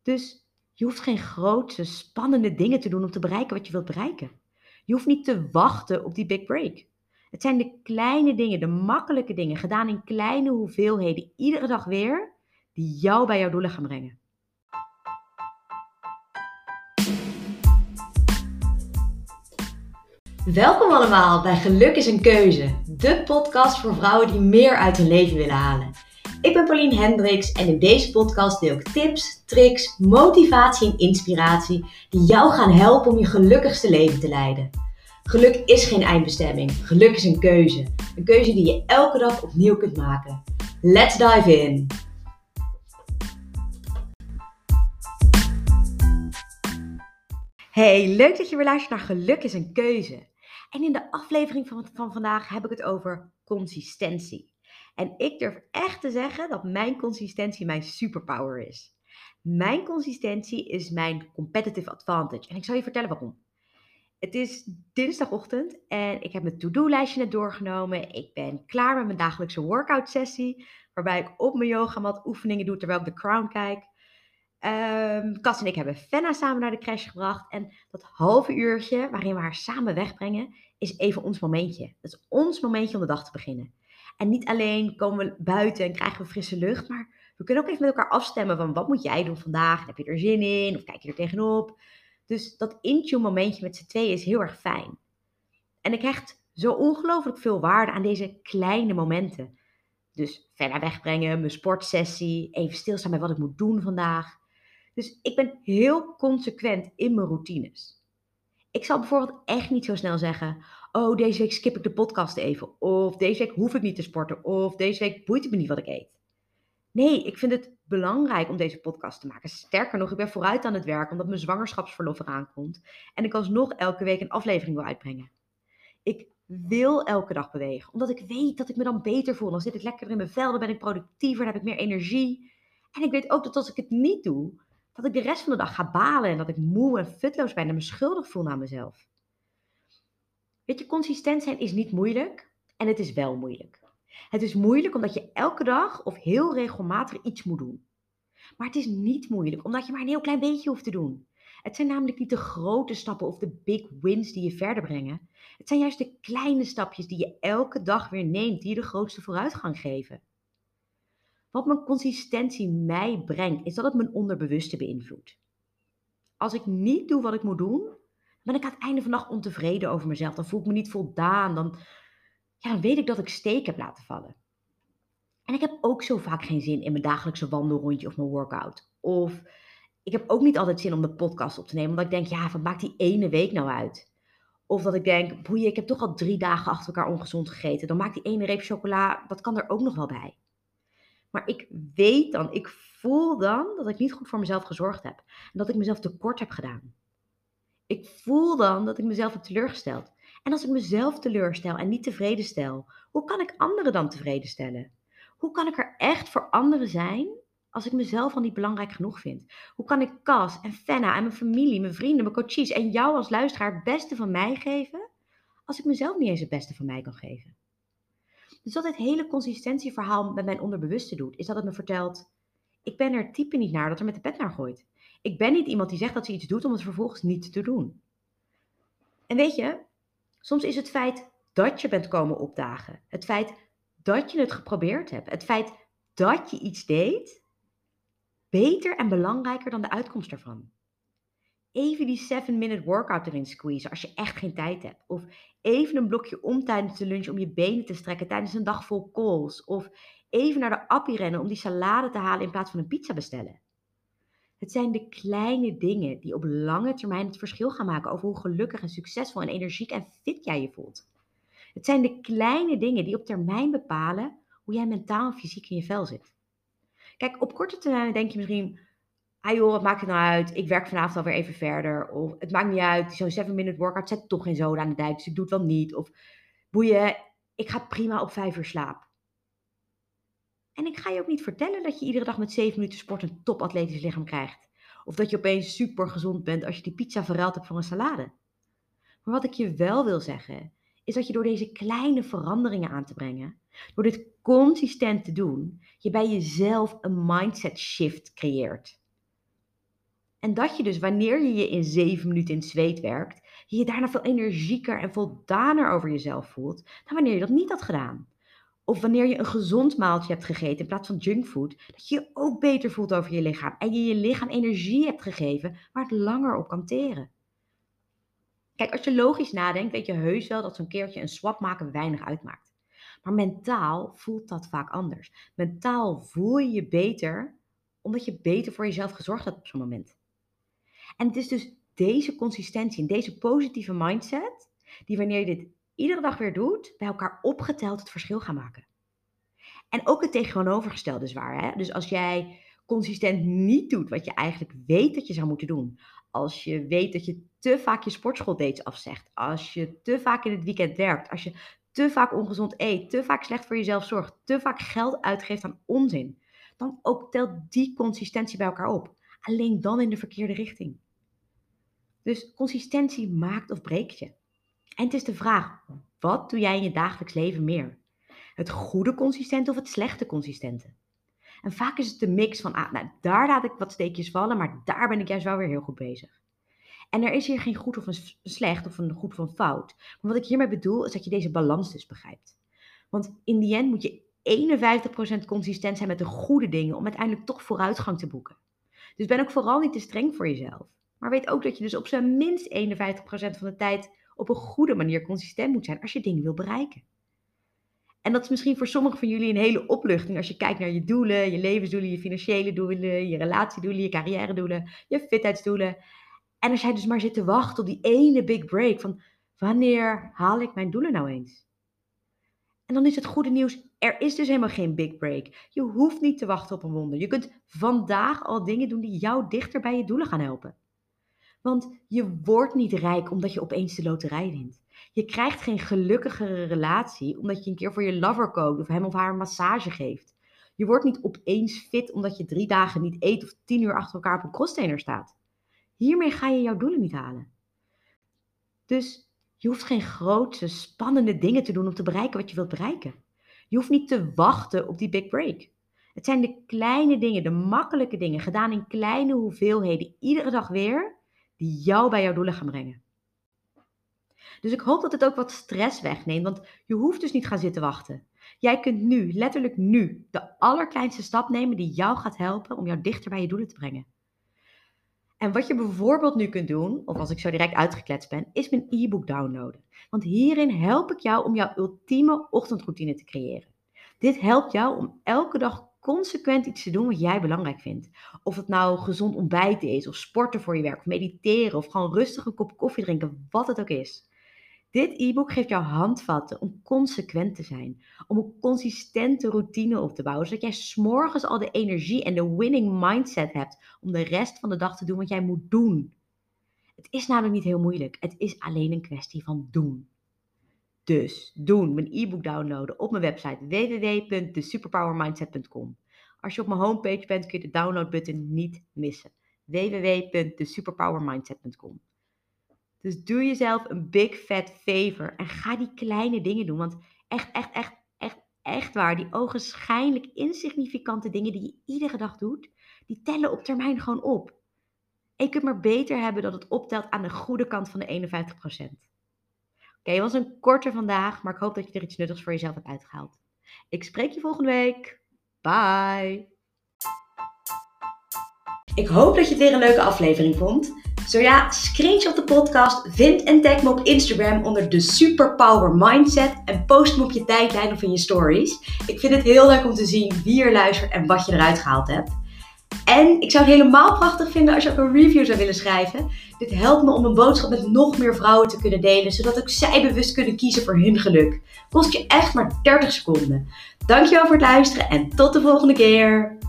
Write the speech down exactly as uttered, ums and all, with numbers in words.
Dus je hoeft geen grootse, spannende dingen te doen om te bereiken wat je wilt bereiken. Je hoeft niet te wachten op die big break. Het zijn de kleine dingen, de makkelijke dingen, gedaan in kleine hoeveelheden, iedere dag weer, die jou bij jouw doelen gaan brengen. Welkom allemaal bij Geluk is een Keuze, de podcast voor vrouwen die meer uit hun leven willen halen. Ik ben Pauline Hendricks en in deze podcast deel ik tips, tricks, motivatie en inspiratie die jou gaan helpen om je gelukkigste leven te leiden. Geluk is geen eindbestemming, geluk is een keuze. Een keuze die je elke dag opnieuw kunt maken. Let's dive in! Hey, leuk dat je weer luistert naar Geluk is een Keuze. En in de aflevering van, van vandaag heb ik het over consistentie. En ik durf echt te zeggen dat mijn consistentie mijn superpower is. Mijn consistentie is mijn competitive advantage. En ik zal je vertellen waarom. Het is dinsdagochtend en ik heb mijn to-do-lijstje net doorgenomen. Ik ben klaar met mijn dagelijkse workout sessie, waarbij ik op mijn yogamat oefeningen doe terwijl ik The Crown kijk. Um, Cas en ik hebben Fenna samen naar de crash gebracht. En dat halve uurtje waarin we haar samen wegbrengen, is even ons momentje. Dat is ons momentje om de dag te beginnen. En niet alleen komen we buiten en krijgen we frisse lucht, maar we kunnen ook even met elkaar afstemmen van wat moet jij doen vandaag? Heb je er zin in? Of kijk je er tegenop? Dus dat intune momentje met z'n tweeën is heel erg fijn. En ik hecht zo ongelooflijk veel waarde aan deze kleine momenten. Dus Fenna wegbrengen, mijn sportsessie, even stilstaan bij wat ik moet doen vandaag. Dus ik ben heel consequent in mijn routines. Ik zal bijvoorbeeld echt niet zo snel zeggen, oh deze week skip ik de podcast even. Of deze week hoef ik niet te sporten. Of deze week boeit het me niet wat ik eet. Nee, ik vind het belangrijk om deze podcast te maken. Sterker nog, ik ben vooruit aan het werk omdat mijn zwangerschapsverlof eraan komt. En ik alsnog elke week een aflevering wil uitbrengen. Ik wil elke dag bewegen, omdat ik weet dat ik me dan beter voel. Dan zit ik lekkerder in mijn vel, dan ben ik productiever, dan heb ik meer energie. En ik weet ook dat als ik het niet doe, dat ik de rest van de dag ga balen en dat ik moe en futloos ben en me schuldig voel naar mezelf. Weet je, consistent zijn is niet moeilijk en het is wel moeilijk. Het is moeilijk omdat je elke dag of heel regelmatig iets moet doen. Maar het is niet moeilijk omdat je maar een heel klein beetje hoeft te doen. Het zijn namelijk niet de grote stappen of de big wins die je verder brengen. Het zijn juist de kleine stapjes die je elke dag weer neemt, die je de grootste vooruitgang geven. Wat mijn consistentie mij brengt, is dat het mijn onderbewuste beïnvloedt. Als ik niet doe wat ik moet doen, ben ik aan het einde van de dag ontevreden over mezelf. Dan voel ik me niet voldaan. Dan, ja, dan weet ik dat ik steek heb laten vallen. En ik heb ook zo vaak geen zin in mijn dagelijkse wandelrondje of mijn workout. Of ik heb ook niet altijd zin om de podcast op te nemen, omdat ik denk, ja, wat maakt die ene week nou uit? Of dat ik denk, boeien, ik heb toch al drie dagen achter elkaar ongezond gegeten. Dan maakt die ene reep chocola, dat kan er ook nog wel bij. Maar ik weet dan, ik voel dan dat ik niet goed voor mezelf gezorgd heb. En dat ik mezelf tekort heb gedaan. Ik voel dan dat ik mezelf heb teleurgesteld. En als ik mezelf teleurstel en niet tevreden stel, hoe kan ik anderen dan tevreden stellen? Hoe kan ik er echt voor anderen zijn als ik mezelf al niet belangrijk genoeg vind? Hoe kan ik Cas en Fenna en mijn familie, mijn vrienden, mijn coaches en jou als luisteraar het beste van mij geven als ik mezelf niet eens het beste van mij kan geven? Dus wat het hele consistentieverhaal met mijn onderbewuste doet, is dat het me vertelt, ik ben er type niet naar dat er met de pet naar gooit. Ik ben niet iemand die zegt dat ze iets doet om het vervolgens niet te doen. En weet je, soms is het feit dat je bent komen opdagen, het feit dat je het geprobeerd hebt, het feit dat je iets deed, beter en belangrijker dan de uitkomst ervan. Even die seven minute workout erin squeezen als je echt geen tijd hebt. Of even een blokje om tijdens de lunch om je benen te strekken tijdens een dag vol calls. Of even naar de appie rennen om die salade te halen in plaats van een pizza bestellen. Het zijn de kleine dingen die op lange termijn het verschil gaan maken over hoe gelukkig en succesvol en energiek en fit jij je voelt. Het zijn de kleine dingen die op termijn bepalen hoe jij mentaal en fysiek in je vel zit. Kijk, op korte termijn denk je misschien, ah joh, wat maakt het nou uit? Ik werk vanavond alweer even verder. Of het maakt niet uit, zo'n seven minute workout zet toch geen zoden aan de dijk, dus ik doe het wel niet. Of boeien, ik ga prima op vijf uur slaap. En ik ga je ook niet vertellen dat je iedere dag met zeven minuten sport een topatletisch lichaam krijgt. Of dat je opeens super gezond bent als je die pizza verruild hebt voor een salade. Maar wat ik je wel wil zeggen, is dat je door deze kleine veranderingen aan te brengen, door dit consistent te doen, je bij jezelf een mindset shift creëert. En dat je dus wanneer je je in zeven minuten in het zweet werkt, je je daarna veel energieker en voldaner over jezelf voelt dan wanneer je dat niet had gedaan. Of wanneer je een gezond maaltje hebt gegeten in plaats van junkfood, dat je je ook beter voelt over je lichaam en je je lichaam energie hebt gegeven waar het langer op kan teren. Kijk, als je logisch nadenkt, weet je heus wel dat zo'n keertje een swap maken weinig uitmaakt. Maar mentaal voelt dat vaak anders. Mentaal voel je je beter, omdat je beter voor jezelf gezorgd hebt op zo'n moment. En het is dus deze consistentie en deze positieve mindset, die wanneer je dit iedere dag weer doet, bij elkaar opgeteld het verschil gaan maken. En ook het tegenovergestelde is waar. Hè? Dus als jij consistent niet doet wat je eigenlijk weet dat je zou moeten doen. Als je weet dat je te vaak je sportschooldates afzegt. Als je te vaak in het weekend werkt. Als je te vaak ongezond eet. Te vaak slecht voor jezelf zorgt. Te vaak geld uitgeeft aan onzin. Dan ook telt die consistentie bij elkaar op. Alleen dan in de verkeerde richting. Dus consistentie maakt of breekt je. En het is de vraag, wat doe jij in je dagelijks leven meer? Het goede consistente of het slechte consistente? En vaak is het de mix van, ah, nou, daar laat ik wat steekjes vallen, maar daar ben ik juist wel weer heel goed bezig. En er is hier geen goed of een slecht of een goed of een fout. Maar wat ik hiermee bedoel is dat je deze balans dus begrijpt. Want in die end moet je eenenvijftig procent consistent zijn met de goede dingen om uiteindelijk toch vooruitgang te boeken. Dus ben ook vooral niet te streng voor jezelf. Maar weet ook dat je dus op zijn minst eenenvijftig procent van de tijd op een goede manier consistent moet zijn als je dingen wil bereiken. En dat is misschien voor sommigen van jullie een hele opluchting als je kijkt naar je doelen, je levensdoelen, je financiële doelen, je relatiedoelen, je carrière doelen, je fitheidsdoelen. En als jij dus maar zit te wachten op die ene big break van wanneer haal ik mijn doelen nou eens? En dan is het goede nieuws, er is dus helemaal geen big break. Je hoeft niet te wachten op een wonder. Je kunt vandaag al dingen doen die jou dichter bij je doelen gaan helpen. Want je wordt niet rijk omdat je opeens de loterij wint. Je krijgt geen gelukkigere relatie omdat je een keer voor je lover kookt of hem of haar een massage geeft. Je wordt niet opeens fit omdat je drie dagen niet eet of tien uur achter elkaar op een crosstrainer staat. Hiermee ga je jouw doelen niet halen. Dus je hoeft geen grootse, spannende dingen te doen om te bereiken wat je wilt bereiken. Je hoeft niet te wachten op die big break. Het zijn de kleine dingen, de makkelijke dingen, gedaan in kleine hoeveelheden, iedere dag weer, die jou bij jouw doelen gaan brengen. Dus ik hoop dat het ook wat stress wegneemt, want je hoeft dus niet gaan zitten wachten. Jij kunt nu, letterlijk nu, de allerkleinste stap nemen die jou gaat helpen om jou dichter bij je doelen te brengen. En wat je bijvoorbeeld nu kunt doen, of als ik zo direct uitgekletst ben, is mijn e-book downloaden. Want hierin help ik jou om jouw ultieme ochtendroutine te creëren. Dit helpt jou om elke dag consequent iets te doen wat jij belangrijk vindt. Of het nou gezond ontbijten is, of sporten voor je werk, of mediteren, of gewoon rustig een kop koffie drinken, wat het ook is. Dit e-book geeft jou handvatten om consequent te zijn. Om een consistente routine op te bouwen, zodat jij 's morgens al de energie en de winning mindset hebt om de rest van de dag te doen wat jij moet doen. Het is namelijk niet heel moeilijk. Het is alleen een kwestie van doen. Dus doen, mijn e-book downloaden op mijn website w w w punt the superpower mindset punt com. Als je op mijn homepage bent kun je de downloadbutton niet missen. w w w punt the superpower mindset punt com. Dus doe jezelf een big fat favor en ga die kleine dingen doen. Want echt, echt, echt, echt, echt waar, die ogenschijnlijk insignificante dingen die je iedere dag doet, die tellen op termijn gewoon op. En je kunt maar beter hebben dat het optelt aan de goede kant van de eenenvijftig procent. Oké, okay, het was een korte vandaag, maar ik hoop dat je er iets nuttigs voor jezelf hebt uitgehaald. Ik spreek je volgende week. Bye! Ik hoop dat je het weer een leuke aflevering vond. Zo ja, screenshot de podcast, vind en tag me op Instagram onder de Superpower Mindset en post me op je tijdlijn of in je stories. Ik vind het heel leuk om te zien wie er luistert en wat je eruit gehaald hebt. En ik zou het helemaal prachtig vinden als je ook een review zou willen schrijven. Dit helpt me om een boodschap met nog meer vrouwen te kunnen delen, zodat ook zij bewust kunnen kiezen voor hun geluk. Kost je echt maar dertig seconden. Dankjewel voor het luisteren en tot de volgende keer.